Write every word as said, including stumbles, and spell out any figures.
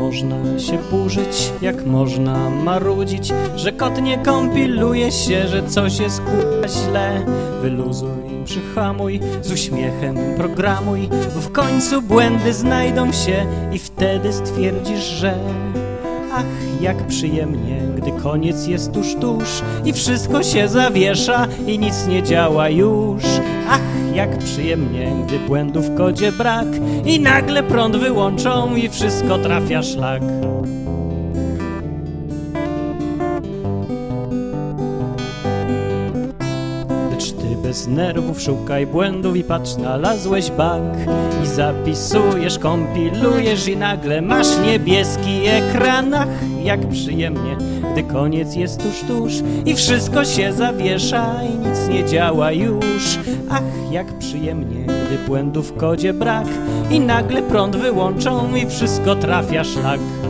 można się burzyć, jak można marudzić, że kot nie kompiluje się, że coś jest kurwa źle. Wyluzuj, przyhamuj, z uśmiechem programuj, bo w końcu błędy znajdą się i wtedy stwierdzisz, że ach, jak przyjemnie, gdy koniec jest tuż, tuż i wszystko się zawiesza i nic nie działa już. Ach, jak przyjemnie, gdy błędów w kodzie brak i nagle prąd wyłączą i wszystko trafia szlak. Lecz ty bez nerwów szukaj błędów i patrz, znalazłeś bug i zapisujesz, kompilujesz i nagle masz niebieski ekran. Ach, jak przyjemnie, gdy koniec jest tuż, tuż i wszystko się zawiesza i nic nie działa już. Ach, jak przyjemnie, gdy błędów w kodzie brak i nagle prąd wyłączą i wszystko trafia szlak.